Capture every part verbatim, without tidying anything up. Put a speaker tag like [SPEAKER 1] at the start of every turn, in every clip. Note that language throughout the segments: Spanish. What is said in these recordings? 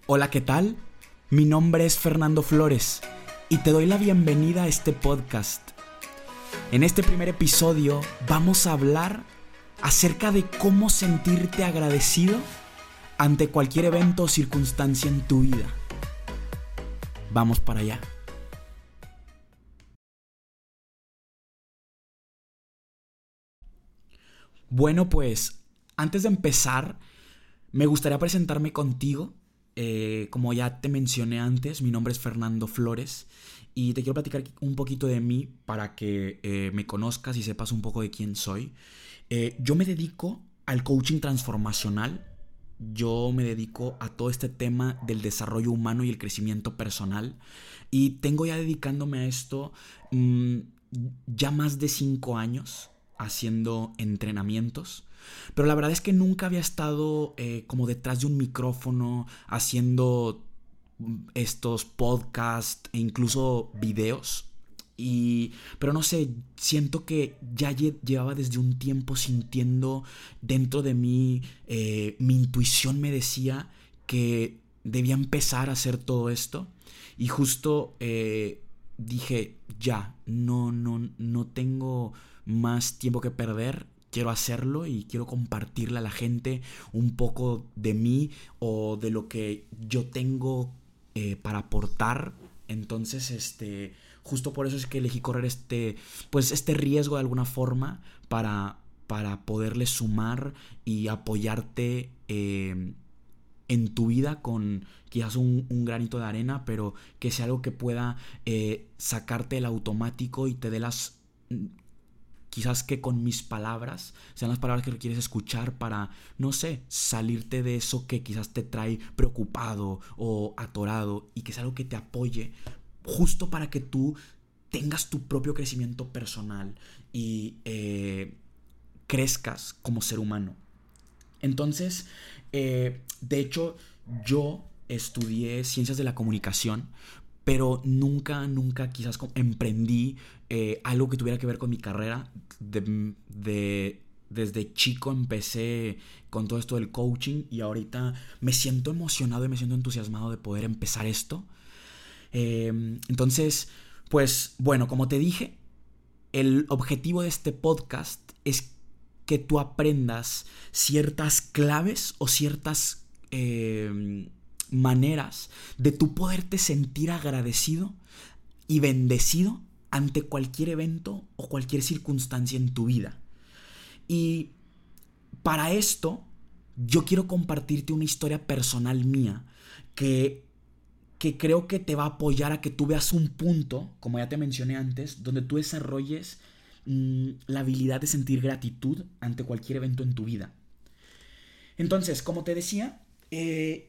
[SPEAKER 1] Hola, ¿qué tal? Mi nombre es Fernando Flores y te doy la bienvenida a este podcast. En este primer episodio vamos a hablar acerca de cómo sentirte agradecido ante cualquier evento o circunstancia en tu vida. Vamos para allá. Bueno, pues antes de empezar, me gustaría presentarme contigo. Eh, como ya te mencioné antes, mi nombre es Fernando Flores y te quiero platicar un poquito de mí para que eh, me conozcas y sepas un poco de quién soy. Eh, yo me dedico al coaching transformacional. Yo me dedico a todo este tema del desarrollo humano y el crecimiento personal. Y tengo ya dedicándome a esto mmm, ya más de cinco años haciendo entrenamientos. Pero la verdad es que nunca había estado eh, como detrás de un micrófono haciendo estos podcasts e incluso videos. Y, pero no sé, siento que ya lle- llevaba desde un tiempo sintiendo dentro de mí, eh, mi intuición me decía que debía empezar a hacer todo esto. Y justo eh, dije, ya, no, no, no tengo más tiempo que perder. Quiero hacerlo y quiero compartirle a la gente un poco de mí o de lo que yo tengo eh, para aportar. Entonces, este, justo por eso es que elegí correr este, pues este riesgo de alguna forma para, para poderle sumar y apoyarte eh, en tu vida con quizás un, un granito de arena, pero que sea algo que pueda eh, sacarte el automático y te dé las, quizás que con mis palabras sean las palabras que requieres escuchar para, no sé, salirte de eso que quizás te trae preocupado o atorado, y que sea algo que te apoye justo para que tú tengas tu propio crecimiento personal y eh, crezcas como ser humano. Entonces, eh, de hecho, yo estudié ciencias de la comunicación, pero nunca, nunca quizás emprendí eh, algo que tuviera que ver con mi carrera. De, de, desde chico empecé con todo esto del coaching y ahorita me siento emocionado y me siento entusiasmado de poder empezar esto. Eh, entonces, pues bueno, como te dije, el objetivo de este podcast es que tú aprendas ciertas claves o ciertas eh, maneras de tú poderte sentir agradecido y bendecido ante cualquier evento o cualquier circunstancia en tu vida. Y para esto, yo quiero compartirte una historia personal mía que que creo que te va a apoyar a que tú veas un punto, como ya te mencioné antes, donde tú desarrolles mmm, la habilidad de sentir gratitud ante cualquier evento en tu vida. Entonces, como te decía, eh,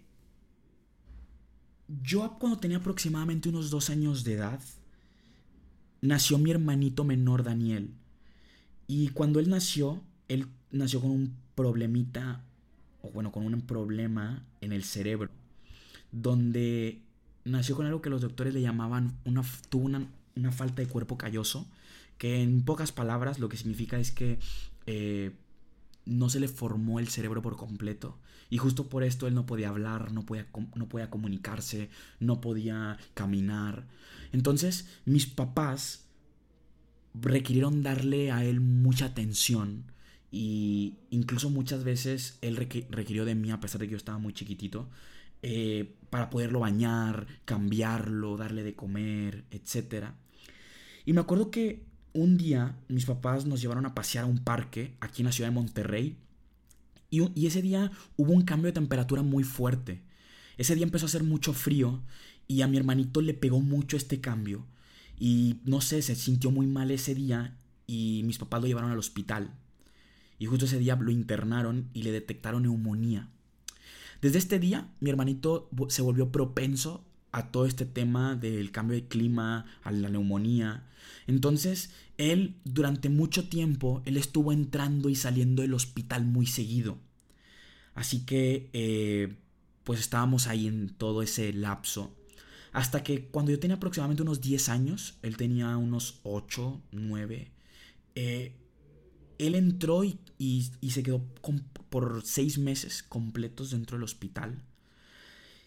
[SPEAKER 1] yo cuando tenía aproximadamente unos dos años de edad, nació mi hermanito menor Daniel. Y cuando él nació, él nació con un problemita, o bueno, con un problema en el cerebro, donde nació con algo que los doctores le llamaban una, tuvo una, una falta de cuerpo calloso, que en pocas palabras lo que significa es que eh, no se le formó el cerebro por completo. Y justo por esto él no podía hablar, no podía, no podía comunicarse, no podía caminar. Entonces mis papás requirieron darle a él mucha atención, y incluso muchas veces él requirió de mí, a pesar de que yo estaba muy chiquitito, eh, para poderlo bañar, cambiarlo, darle de comer, etcétera. Y me acuerdo que un día mis papás nos llevaron a pasear a un parque aquí en la ciudad de Monterrey, y, y ese día hubo un cambio de temperatura muy fuerte. Ese día empezó a hacer mucho frío y a mi hermanito le pegó mucho este cambio. Y no sé, se sintió muy mal ese día y mis papás lo llevaron al hospital. Y justo ese día lo internaron y le detectaron neumonía. Desde este día, mi hermanito se volvió propenso a todo este tema del cambio de clima, a la neumonía. Entonces, él durante mucho tiempo, él estuvo entrando y saliendo del hospital muy seguido. Así que, eh, pues estábamos ahí en todo ese lapso. Hasta que cuando yo tenía aproximadamente unos diez años, él tenía unos ocho, nueve, eh, él entró y, y, y se quedó con, por seis meses completos dentro del hospital.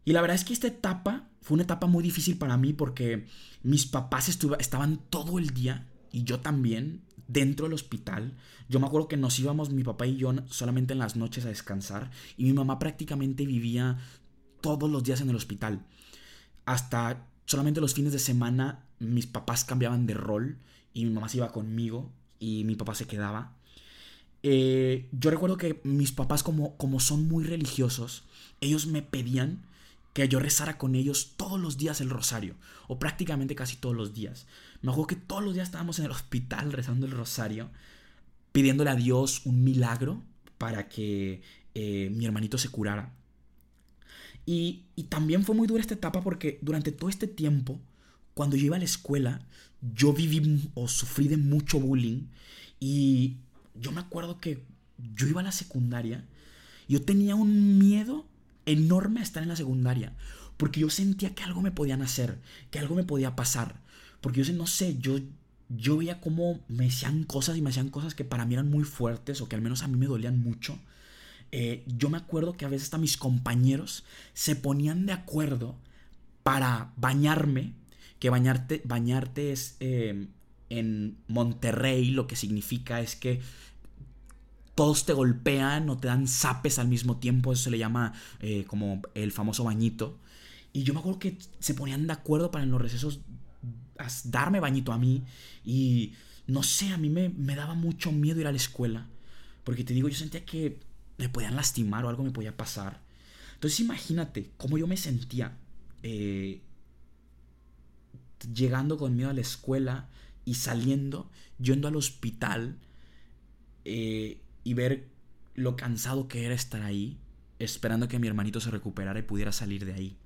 [SPEAKER 1] Y la verdad es que esta etapa fue una etapa muy difícil para mí porque mis papás estuvo, estaban todo el día, y yo también, dentro del hospital. Yo me acuerdo que nos íbamos, mi papá y yo, solamente en las noches a descansar, y mi mamá prácticamente vivía todos los días en el hospital. Hasta solamente los fines de semana mis papás cambiaban de rol y mi mamá se iba conmigo y mi papá se quedaba. Eh, yo recuerdo que mis papás, como, como son muy religiosos, ellos me pedían que yo rezara con ellos todos los días el rosario, o prácticamente casi todos los días. Me acuerdo que todos los días estábamos en el hospital rezando el rosario, pidiéndole a Dios un milagro para que eh, mi hermanito se curara. Y, y también fue muy dura esta etapa porque durante todo este tiempo, cuando yo iba a la escuela, yo viví o sufrí de mucho bullying. Y yo me acuerdo que yo iba a la secundaria, yo tenía un miedo enorme a estar en la secundaria, porque yo sentía que algo me podían hacer, que algo me podía pasar. Porque yo no sé, yo, yo veía cómo me decían cosas y me hacían cosas que para mí eran muy fuertes, o que al menos a mí me dolían mucho. Eh, yo me acuerdo que a veces hasta mis compañeros se ponían de acuerdo para bañarme, que bañarte, bañarte es eh, en Monterrey, lo que significa es que todos te golpean o te dan zapes al mismo tiempo. Eso se le llama eh, como el famoso bañito. Y yo me acuerdo que se ponían de acuerdo para en los recesos darme bañito a mí. Y no sé, a mí me, me daba mucho miedo ir a la escuela, porque te digo, yo sentía que me podían lastimar o algo me podía pasar. Entonces imagínate cómo yo me sentía eh, llegando con miedo a la escuela y saliendo, yendo al hospital eh, y ver lo cansado que era estar ahí, esperando que mi hermanito se recuperara y pudiera salir de ahí.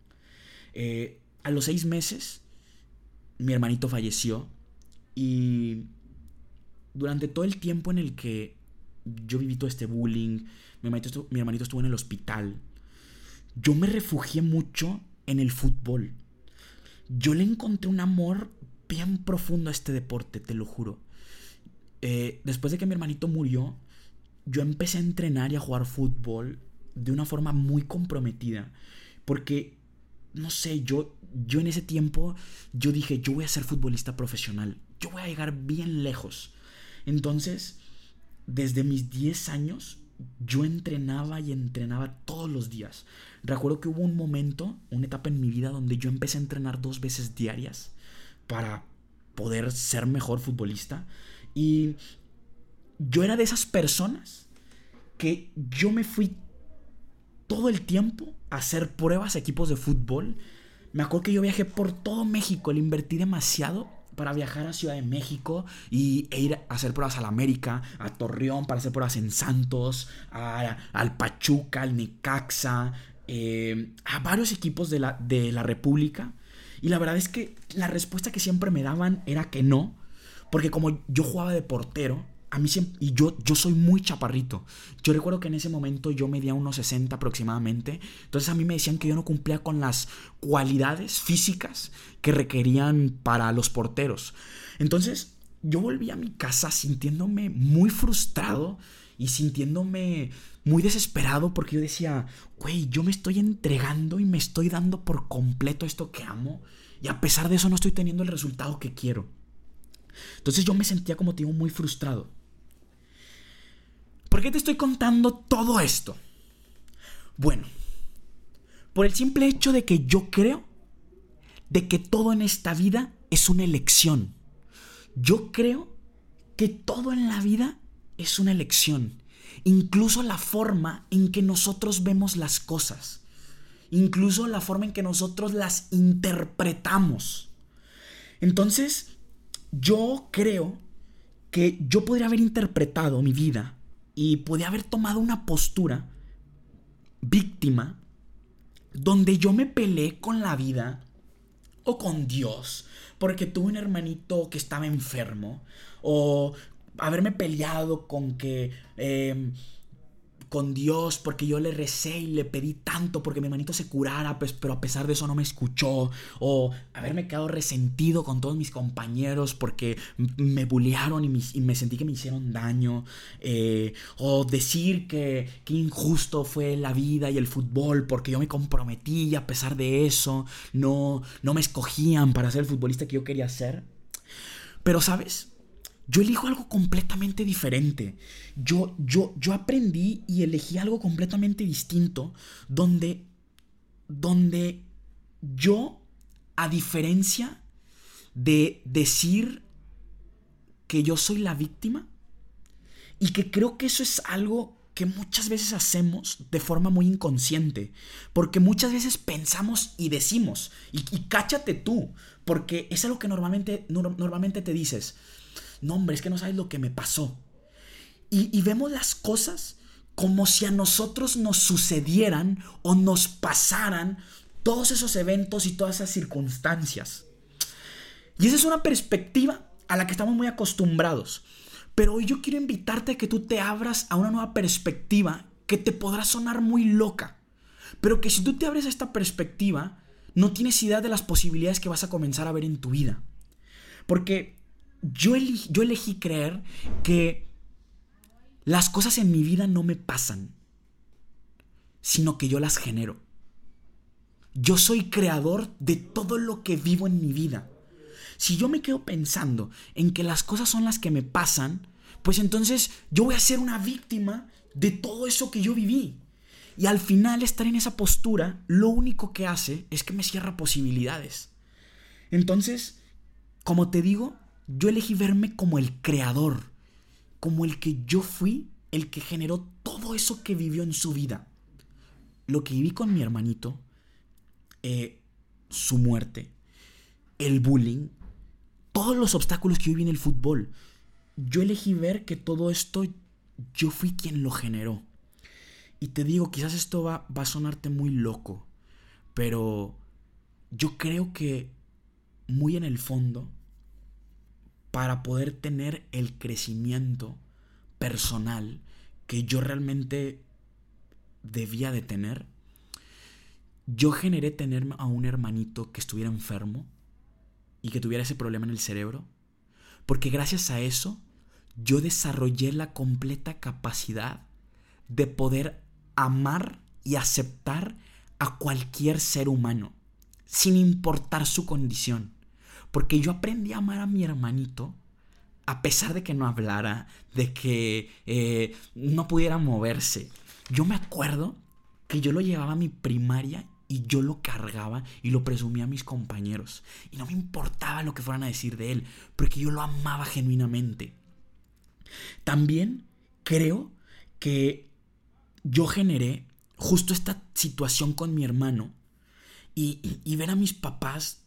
[SPEAKER 1] Eh, a los seis meses, mi hermanito falleció, y durante todo el tiempo en el que yo viví todo este bullying, mi hermanito, estuvo, mi hermanito estuvo en el hospital, yo me refugié mucho en el fútbol. Yo le encontré un amor bien profundo a este deporte, te lo juro. Eh, después de que mi hermanito murió, yo empecé a entrenar y a jugar fútbol de una forma muy comprometida, porque, no sé, yo, yo en ese tiempo, yo dije, yo voy a ser futbolista profesional, yo voy a llegar bien lejos. Entonces, desde mis diez años, yo entrenaba y entrenaba todos los días. Recuerdo que hubo un momento, una etapa en mi vida donde yo empecé a entrenar dos veces diarias para poder ser mejor futbolista. Y yo era de esas personas que yo me fui todo el tiempo a hacer pruebas a equipos de fútbol. Me acuerdo que yo viajé por todo México, le invertí demasiado para viajar a Ciudad de México y, e ir a hacer pruebas al América, a Torreón, para hacer pruebas en Santos, a, al Pachuca, al Necaxa, eh, a varios equipos de la, de la República. Y la verdad es que la respuesta que siempre me daban era que no, porque como yo jugaba de portero, a mí siempre, y yo, yo soy muy chaparrito. Yo recuerdo que en ese momento yo medía unos sesenta aproximadamente. Entonces a mí me decían que yo no cumplía con las cualidades físicas que requerían para los porteros. Entonces yo volví a mi casa sintiéndome muy frustrado y sintiéndome muy desesperado, porque yo decía, güey, yo me estoy entregando y me estoy dando por completo esto que amo, y a pesar de eso no estoy teniendo el resultado que quiero. Entonces yo me sentía, como te digo, muy frustrado. ¿Por qué te estoy contando todo esto? Bueno, por el simple hecho de que yo creo de que todo en esta vida es una elección. Yo creo que todo en la vida es una elección. Incluso la forma en que nosotros vemos las cosas. Incluso la forma en que nosotros las interpretamos. Entonces, yo creo que yo podría haber interpretado mi vida y podría haber tomado una postura víctima, donde yo me peleé con la vida o con Dios porque tuve un hermanito que estaba enfermo, o haberme peleado con que eh, con Dios porque yo le recé y le pedí tanto porque mi hermanito se curara, pues, pero a pesar de eso no me escuchó. O haberme quedado resentido con todos mis compañeros porque me bullearon y me, y me sentí que me hicieron daño. Eh, o decir que, que injusto fue la vida y el fútbol porque yo me comprometí y a pesar de eso no, no me escogían para ser el futbolista que yo quería ser. Pero, ¿sabes? Yo elijo algo completamente diferente. Yo, yo, yo aprendí y elegí algo completamente distinto donde, donde yo, a diferencia de decir que yo soy la víctima, y que creo que eso es algo que muchas veces hacemos de forma muy inconsciente, porque muchas veces pensamos y decimos, y, y cáchate tú, porque es algo que normalmente, normalmente te dices, no hombre, es que no sabes lo que me pasó, y, y vemos las cosas como si a nosotros nos sucedieran o nos pasaran todos esos eventos y todas esas circunstancias, y esa es una perspectiva a la que estamos muy acostumbrados. Pero hoy yo quiero invitarte a que tú te abras a una nueva perspectiva que te podrá sonar muy loca, pero que si tú te abres a esta perspectiva, no tienes idea de las posibilidades que vas a comenzar a ver en tu vida. Porque yo elegí, yo elegí creer que las cosas en mi vida no me pasan, sino que yo las genero. Yo soy creador de todo lo que vivo en mi vida. Si yo me quedo pensando en que las cosas son las que me pasan, pues entonces yo voy a ser una víctima de todo eso que yo viví. Y al final estar en esa postura, lo único que hace es que me cierra posibilidades. Entonces, como te digo, yo elegí verme como el creador, como el que yo fui, el que generó todo eso que vivió en su vida. Lo que viví con mi hermanito, eh, su muerte, el bullying, todos los obstáculos que yo viví en el fútbol, yo elegí ver que todo esto yo fui quien lo generó. Y te digo, quizás esto va, va a sonarte muy loco, pero yo creo que muy en el fondo, para poder tener el crecimiento personal que yo realmente debía de tener, yo generé tener a un hermanito que estuviera enfermo y que tuviera ese problema en el cerebro, porque gracias a eso yo desarrollé la completa capacidad de poder amar y aceptar a cualquier ser humano, sin importar su condición, porque yo aprendí a amar a mi hermanito a pesar de que no hablara, de que eh, no pudiera moverse. Yo me acuerdo que yo lo llevaba a mi primaria y yo lo cargaba y lo presumía a mis compañeros. Y no me importaba lo que fueran a decir de él, porque yo lo amaba genuinamente. También creo que yo generé justo esta situación con mi hermano y, y, y ver a mis papás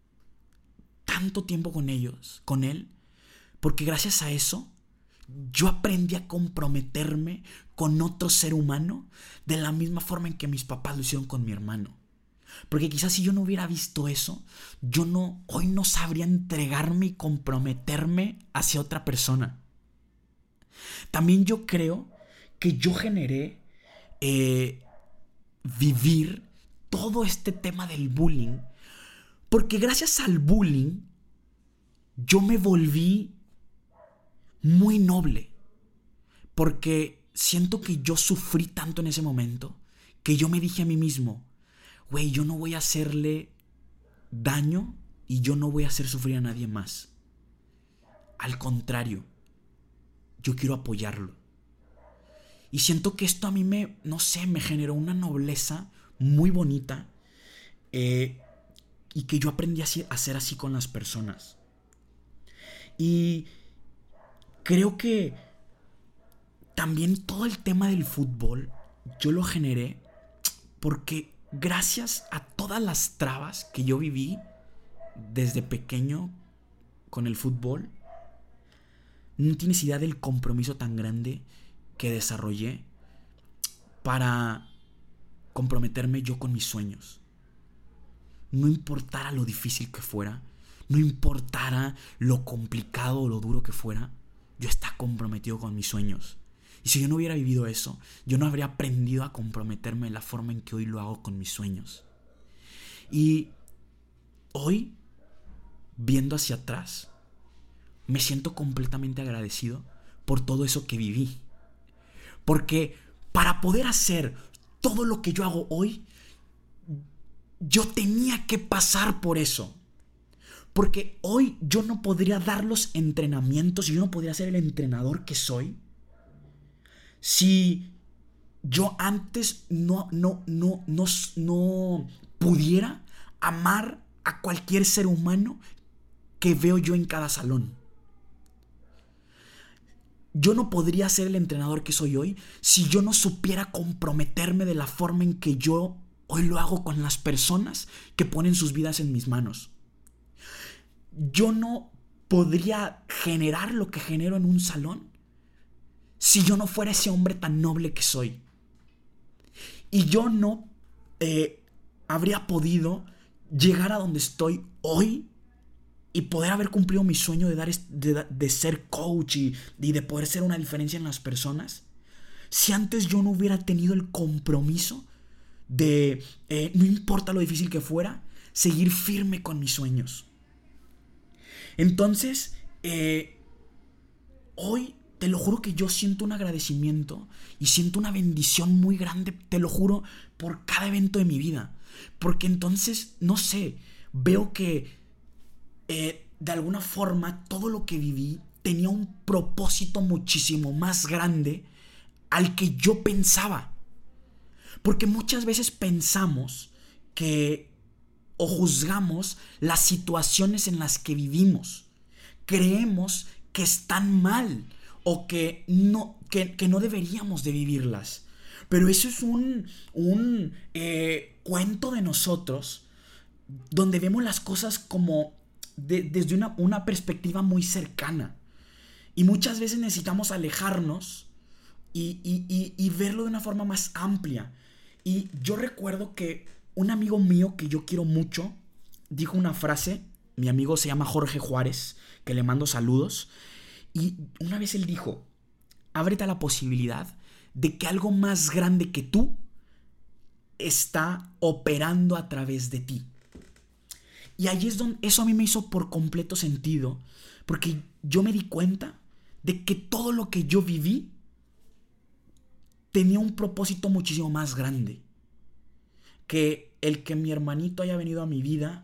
[SPEAKER 1] tanto tiempo con ellos, con él, porque gracias a eso yo aprendí a comprometerme con otro ser humano de la misma forma en que mis papás lo hicieron con mi hermano. Porque quizás si yo no hubiera visto eso, yo no, hoy no sabría entregarme y comprometerme hacia otra persona. También yo creo que yo generé eh, vivir todo este tema del bullying, porque gracias al bullying yo me volví muy noble, porque siento que yo sufrí tanto en ese momento que yo me dije a mí mismo, güey, yo no voy a hacerle daño y yo no voy a hacer sufrir a nadie más. Al contrario, yo quiero apoyarlo. Y siento que esto a mí me, no sé, me generó una nobleza muy bonita eh, y que yo aprendí a hacer así con las personas. Y creo que también todo el tema del fútbol yo lo generé porque gracias a todas las trabas que yo viví desde pequeño con el fútbol, no tienes idea del compromiso tan grande que desarrollé para comprometerme yo con mis sueños. No importara lo difícil que fuera, no importara lo complicado o lo duro que fuera, yo estaba comprometido con mis sueños. Y si yo no hubiera vivido eso, yo no habría aprendido a comprometerme de la forma en que hoy lo hago con mis sueños. Y hoy, viendo hacia atrás, me siento completamente agradecido por todo eso que viví. Porque para poder hacer todo lo que yo hago hoy, yo tenía que pasar por eso. Porque hoy yo no podría dar los entrenamientos, yo no podría ser el entrenador que soy si yo antes no, no, no, no, no pudiera amar a cualquier ser humano que veo yo en cada salón. Yo no podría ser el entrenador que soy hoy si yo no supiera comprometerme de la forma en que yo hoy lo hago con las personas que ponen sus vidas en mis manos. Yo no podría generar lo que genero en un salón si yo no fuera ese hombre tan noble que soy. Y yo no eh, habría podido llegar a donde estoy hoy y poder haber cumplido mi sueño de, dar, de, de ser coach y, y de poder ser una diferencia en las personas si antes yo no hubiera tenido el compromiso de, eh, no importa lo difícil que fuera, seguir firme con mis sueños. Entonces, eh, hoy te lo juro que yo siento un agradecimiento y siento una bendición muy grande, te lo juro, por cada evento de mi vida. Porque entonces, no sé, veo que eh, de alguna forma todo lo que viví tenía un propósito muchísimo más grande al que yo pensaba. Porque muchas veces pensamos que o juzgamos las situaciones en las que vivimos. Creemos que están mal o que no, que, que no deberíamos de vivirlas. Pero eso es un, un eh, cuento de nosotros donde vemos las cosas como de, desde una, una perspectiva muy cercana. Y muchas veces necesitamos alejarnos y, y, y, y verlo de una forma más amplia. Y yo recuerdo que un amigo mío que yo quiero mucho dijo una frase. Mi amigo se llama Jorge Juárez, que le mando saludos. Y una vez él dijo: ábrete a la posibilidad de que algo más grande que tú está operando a través de ti. Y ahí es donde eso a mí me hizo por completo sentido, porque yo me di cuenta de que todo lo que yo viví tenía un propósito muchísimo más grande. Que el que mi hermanito haya venido a mi vida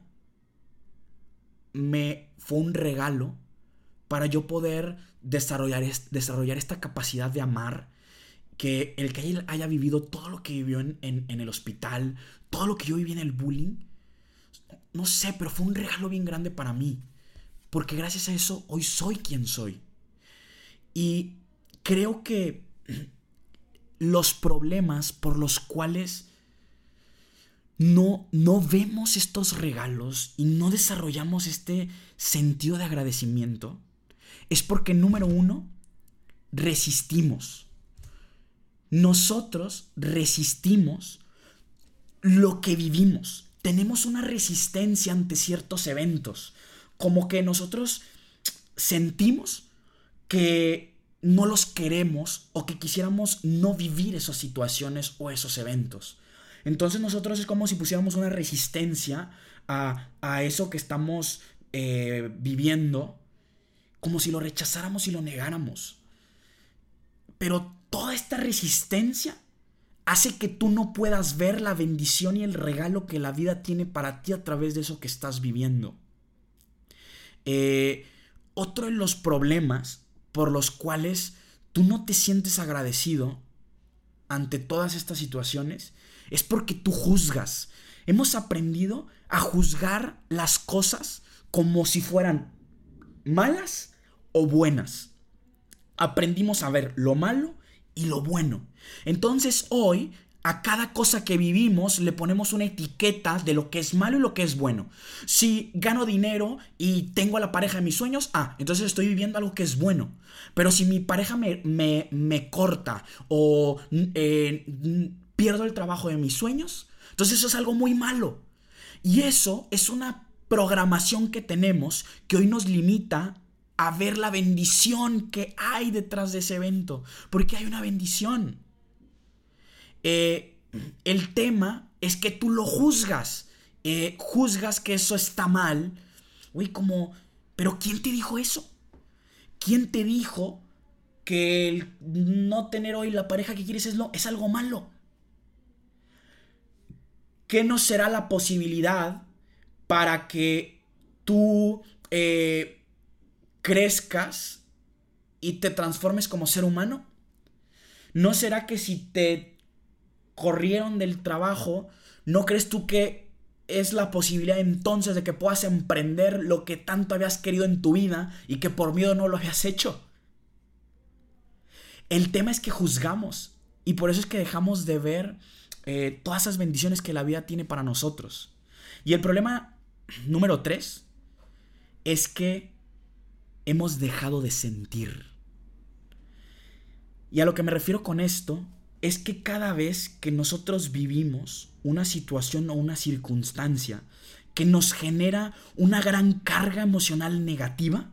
[SPEAKER 1] me fue un regalo para yo poder desarrollar, desarrollar esta capacidad de amar. Que el que él haya vivido todo lo que vivió en, en, en el hospital, todo lo que yo viví en el bullying, no sé, pero fue un regalo bien grande para mí. Porque gracias a eso hoy soy quien soy. Y creo que los problemas por los cuales no, no vemos estos regalos y no desarrollamos este sentido de agradecimiento es porque, número uno, resistimos. Nosotros resistimos lo que vivimos. Tenemos una resistencia ante ciertos eventos. Como que nosotros sentimos que no los queremos o que quisiéramos no vivir esas situaciones o esos eventos. Entonces nosotros es como si pusiéramos una resistencia a, a eso que estamos eh, viviendo, como si lo rechazáramos y lo negáramos. Pero toda esta resistencia hace que tú no puedas ver la bendición y el regalo que la vida tiene para ti a través de eso que estás viviendo. Eh, otro de los problemas por los cuales tú no te sientes agradecido ante todas estas situaciones es porque tú juzgas. Hemos aprendido a juzgar las cosas como si fueran malas o buenas. Aprendimos a ver lo malo y lo bueno. Entonces hoy a cada cosa que vivimos le ponemos una etiqueta de lo que es malo y lo que es bueno. Si gano dinero y tengo a la pareja de mis sueños, ah, entonces estoy viviendo algo que es bueno. Pero si mi pareja me, me, me corta o eh, pierdo el trabajo de mis sueños, entonces eso es algo muy malo. Y eso es una programación que tenemos que hoy nos limita a ver la bendición que hay detrás de ese evento. Porque hay una bendición. Eh, el tema es que tú lo juzgas. Eh, juzgas que eso está mal. Güey, como, ¿pero quién te dijo eso? ¿Quién te dijo que el no tener hoy la pareja que quieres es, lo, es algo malo? ¿Qué no será la posibilidad para que tú eh, crezcas y te transformes como ser humano? ¿No será que si te corrieron del trabajo, no crees tú que es la posibilidad entonces de que puedas emprender lo que tanto habías querido en tu vida y que por miedo no lo habías hecho? El tema es que juzgamos y por eso es que dejamos de ver eh, todas esas bendiciones que la vida tiene para nosotros. Y el problema número tres es que hemos dejado de sentir. Y a lo que me refiero con esto es que cada vez que nosotros vivimos una situación o una circunstancia que nos genera una gran carga emocional negativa,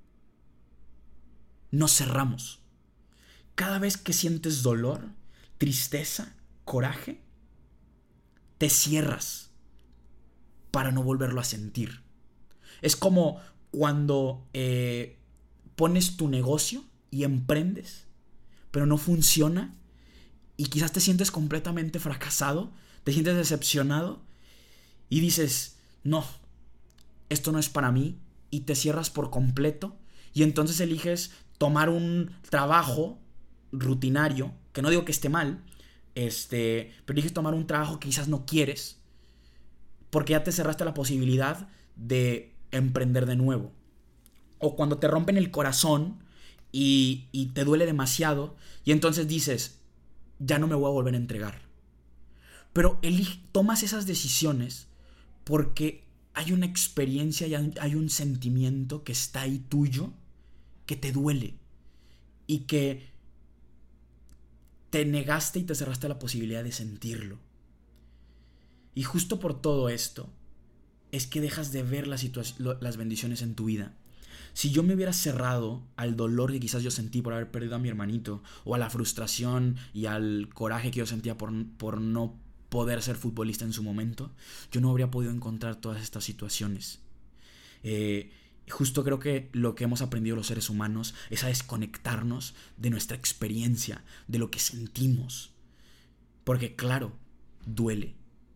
[SPEAKER 1] nos cerramos. Cada vez que sientes dolor, tristeza, coraje, te cierras para no volverlo a sentir. Es como cuando eh, pones tu negocio y emprendes, pero no funciona y quizás te sientes completamente fracasado, te sientes decepcionado y dices, no, esto no es para mí, y te cierras por completo y entonces eliges tomar un trabajo rutinario, que no digo que esté mal, este, pero eliges tomar un trabajo que quizás no quieres porque ya te cerraste la posibilidad de emprender de nuevo. O cuando te rompen el corazón y, y te duele demasiado y entonces dices, ya no me voy a volver a entregar. Pero elige, tomas esas decisiones porque hay una experiencia y hay un sentimiento que está ahí tuyo que te duele y que te negaste y te cerraste la posibilidad de sentirlo. Y justo por todo esto es que dejas de ver las, situa- las bendiciones en tu vida. Si yo me hubiera cerrado al dolor que quizás yo sentí por haber perdido a mi hermanito, o a la frustración y al coraje que yo sentía por, por no poder ser futbolista en su momento, yo no habría podido encontrar todas estas situaciones. Eh, justo creo que lo que hemos aprendido los seres humanos es a desconectarnos de nuestra experiencia, de lo que sentimos. Porque claro, duele.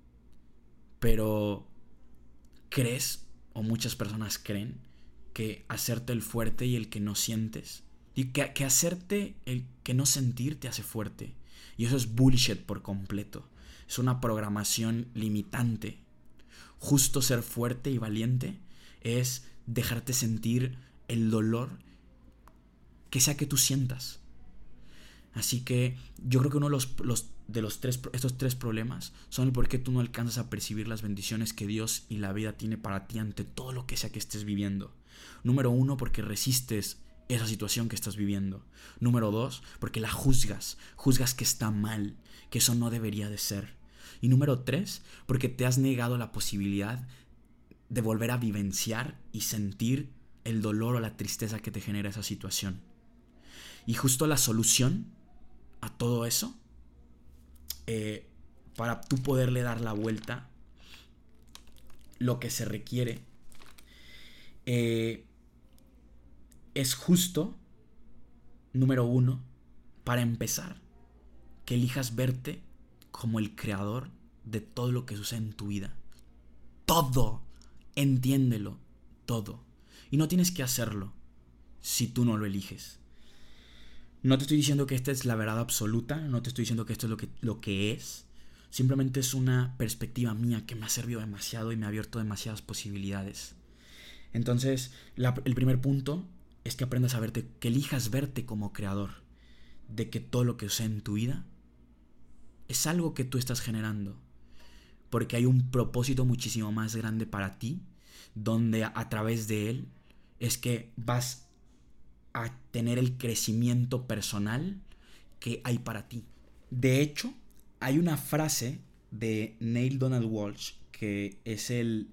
[SPEAKER 1] Pero ¿crees, o muchas personas creen, que hacerte el fuerte y el que no sientes? Y que, que hacerte el que no sentir te hace fuerte. Y eso es bullshit por completo. Es una programación limitante. Justo ser fuerte y valiente es dejarte sentir el dolor que sea que tú sientas. Así que yo creo que uno de los, los, de los tres, estos tres problemas son el por qué tú no alcanzas a percibir las bendiciones que Dios y la vida tiene para ti ante todo lo que sea que estés viviendo. Número uno, porque resistes esa situación que estás viviendo. Número dos, porque la juzgas. Juzgas que está mal, que eso no debería de ser. Y número tres, porque te has negado la posibilidad de volver a vivenciar y sentir el dolor o la tristeza que te genera esa situación. Y justo la solución a todo eso, eh, para tú poderle dar la vuelta, lo que se requiere eh, es justo, número uno, para empezar, que elijas verte como el creador de todo lo que sucede en tu vida. Todo, entiéndelo, todo. Y no tienes que hacerlo si tú no lo eliges. No te estoy diciendo que esta es la verdad absoluta, no te estoy diciendo que esto es lo que, lo que es. Simplemente es una perspectiva mía que me ha servido demasiado y me ha abierto demasiadas posibilidades. Entonces, la, el primer punto es que aprendas a verte, que elijas verte como creador de que todo lo que sucede en tu vida es algo que tú estás generando. Porque hay un propósito muchísimo más grande para ti, donde a, a través de él es que vas a tener el crecimiento personal que hay para ti. De hecho, hay una frase de Neale Donald Walsch, que es el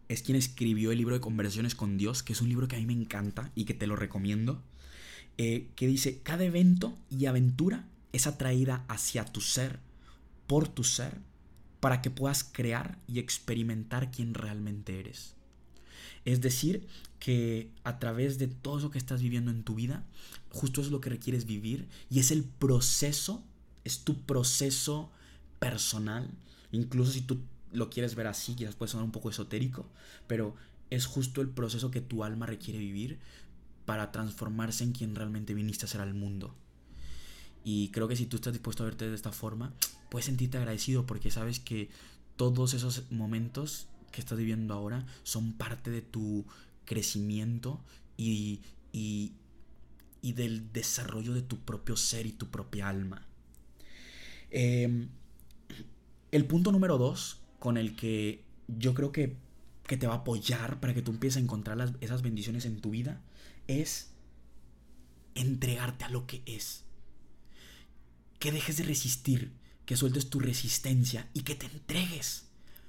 [SPEAKER 1] es quien escribió el libro de Conversaciones con Dios, que es un libro que a mí me encanta y que te lo recomiendo, eh, que dice: cada evento y aventura es atraída hacia tu ser, por tu ser, para que puedas crear y experimentar quién realmente eres. Es decir, que a través de todo eso que estás viviendo en tu vida, justo es lo que requieres vivir, y es el proceso, es tu proceso personal. Incluso si tú lo quieres ver así, quizás puede sonar un poco esotérico, pero es justo el proceso que tu alma requiere vivir para transformarse en quien realmente viniste a ser al mundo. Y creo que si tú estás dispuesto a verte de esta forma, puedes sentirte agradecido, porque sabes que todos esos momentos que estás viviendo ahora son parte de tu crecimiento y, y, y del desarrollo de tu propio ser y tu propia alma. Eh, el punto número dos, con el que yo creo que, que te va a apoyar para que tú empieces a encontrar las, esas bendiciones en tu vida, es entregarte a lo que es. Que dejes de resistir, que sueltes tu resistencia y que te entregues.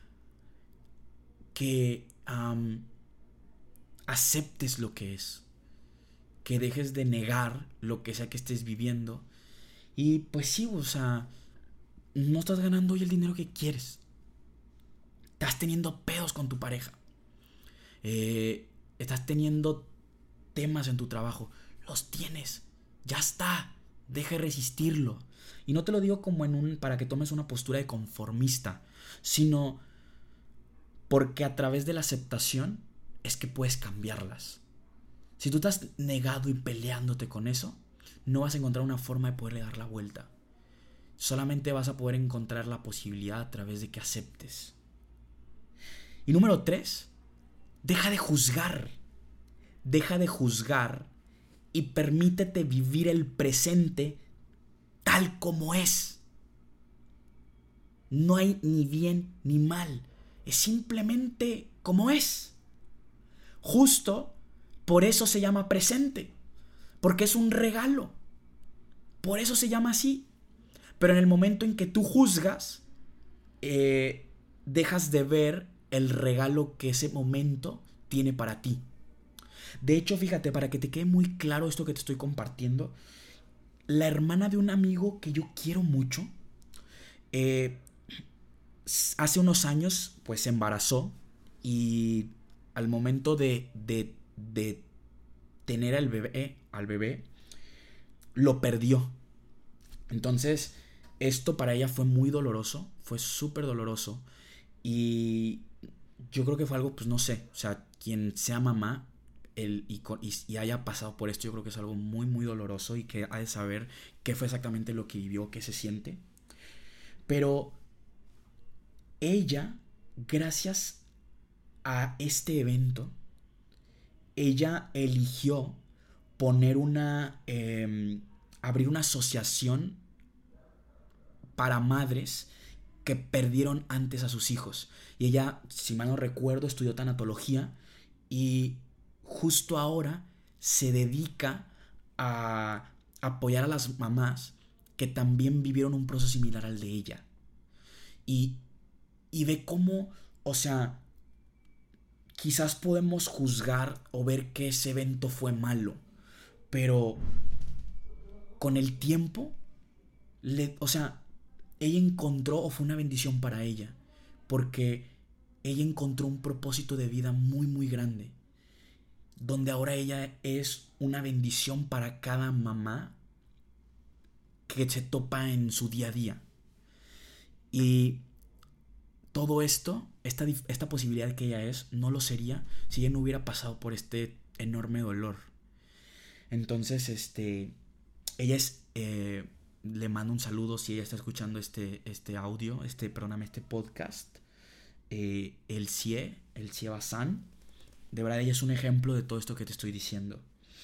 [SPEAKER 1] Que um, aceptes lo que es. Que dejes de negar lo que sea que estés viviendo. Y pues sí, o sea, no estás ganando hoy el dinero que quieres. Estás teniendo pedos con tu pareja. Eh, estás teniendo temas en tu trabajo. Los tienes. Ya está. Deja de resistirlo. Y no te lo digo como en un para que tomes una postura de conformista, sino porque a través de la aceptación es que puedes cambiarlas. Si tú estás negado y peleándote con eso, no vas a encontrar una forma de poderle dar la vuelta. Solamente vas a poder encontrar la posibilidad a través de que aceptes. Y número tres, deja de juzgar. Deja de juzgar y permítete vivir el presente tal como es. No hay ni bien ni mal. Es simplemente como es. Justo por eso se llama presente. Porque es un regalo. Por eso se llama así. Pero en el momento en que tú juzgas, eh, dejas de ver el regalo que ese momento tiene para ti. De hecho, fíjate, para que te quede muy claro esto que te estoy compartiendo, la hermana de un amigo que yo quiero mucho, eh, hace unos años, pues se embarazó, y al momento de, de, de tener al bebé, al bebé, lo perdió. Entonces, esto para ella fue muy doloroso, fue súper doloroso, y yo creo que fue algo, pues no sé, o sea, quien sea mamá el, y, y, y haya pasado por esto, yo creo que es algo muy, muy doloroso, y que ha de saber qué fue exactamente lo que vivió, qué se siente. Pero ella, gracias a este evento, ella eligió poner una, eh, abrir una asociación para madres que perdieron antes a sus hijos. Y ella, si mal no recuerdo, estudió tanatología, y justo ahora se dedica a apoyar a las mamás que también vivieron un proceso similar al de ella. Y, y ve cómo, o sea, quizás podemos juzgar o ver que ese evento fue malo, pero con el tiempo, le, o sea, ella encontró, o fue una bendición para ella, porque ella encontró un propósito de vida muy, muy grande, donde ahora ella es una bendición para cada mamá que se topa en su día a día. Y todo esto, esta, esta posibilidad que ella es, no lo sería si ella no hubiera pasado por este enorme dolor. Entonces, este, ella es, eh, le mando un saludo si ella está escuchando este, este audio, este, perdóname, este podcast. Eh, el C I E, el C I E Bazán, de verdad ella es un ejemplo de todo esto que te estoy diciendo.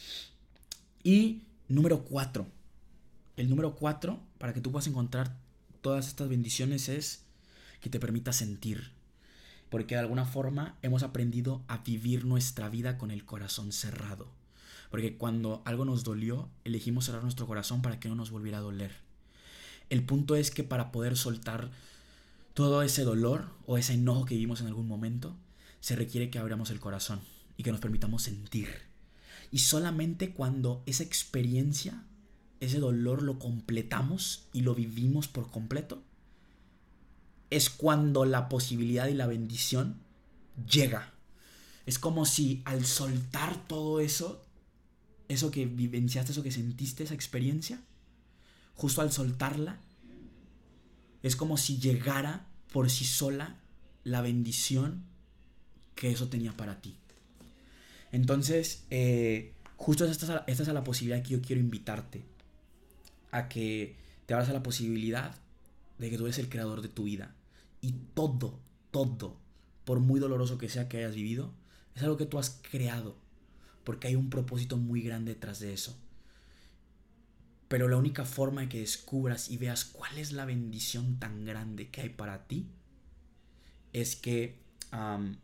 [SPEAKER 1] Y número cuatro, el número cuatro, para que tú puedas encontrar todas estas bendiciones, es que te permita sentir. Porque de alguna forma hemos aprendido a vivir nuestra vida con el corazón cerrado. Porque cuando algo nos dolió, elegimos cerrar nuestro corazón para que no nos volviera a doler. El punto es que para poder soltar todo ese dolor o ese enojo que vivimos en algún momento, se requiere que abramos el corazón y que nos permitamos sentir. Y solamente cuando esa experiencia, ese dolor lo completamos y lo vivimos por completo, es cuando la posibilidad y la bendición llega. Es como si al soltar todo eso, eso que vivenciaste, eso que sentiste, esa experiencia, justo al soltarla, es como si llegara por sí sola la bendición que eso tenía para ti. Entonces, eh, justo esta es, a, esta es a la posibilidad que yo quiero invitarte. A que te abras a la posibilidad de que tú eres el creador de tu vida. Y todo, todo, por muy doloroso que sea que hayas vivido, es algo que tú has creado. Porque hay un propósito muy grande detrás de eso. Pero la única forma de que descubras y veas cuál es la bendición tan grande que hay para ti es que um,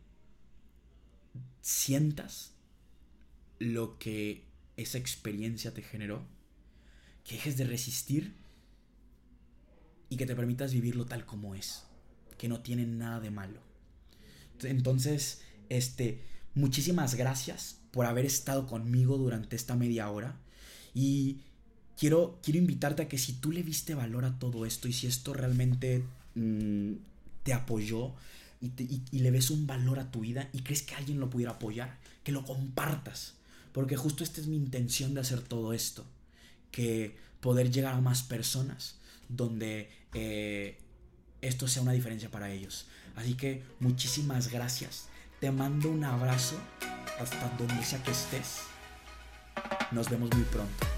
[SPEAKER 1] sientas lo que esa experiencia te generó, que dejes de resistir y que te permitas vivirlo tal como es, que no tiene nada de malo. Entonces, este, muchísimas gracias por haber estado conmigo durante esta media hora y quiero, quiero invitarte a que si tú le viste valor a todo esto y si esto realmente mmm, te apoyó y, te, y, y le ves un valor a tu vida y crees que alguien lo pudiera apoyar, que lo compartas, porque justo esta es mi intención de hacer todo esto, que poder llegar a más personas donde eh, esto sea una diferencia para ellos. Así que muchísimas gracias, te mando un abrazo hasta donde sea que estés, nos vemos muy pronto.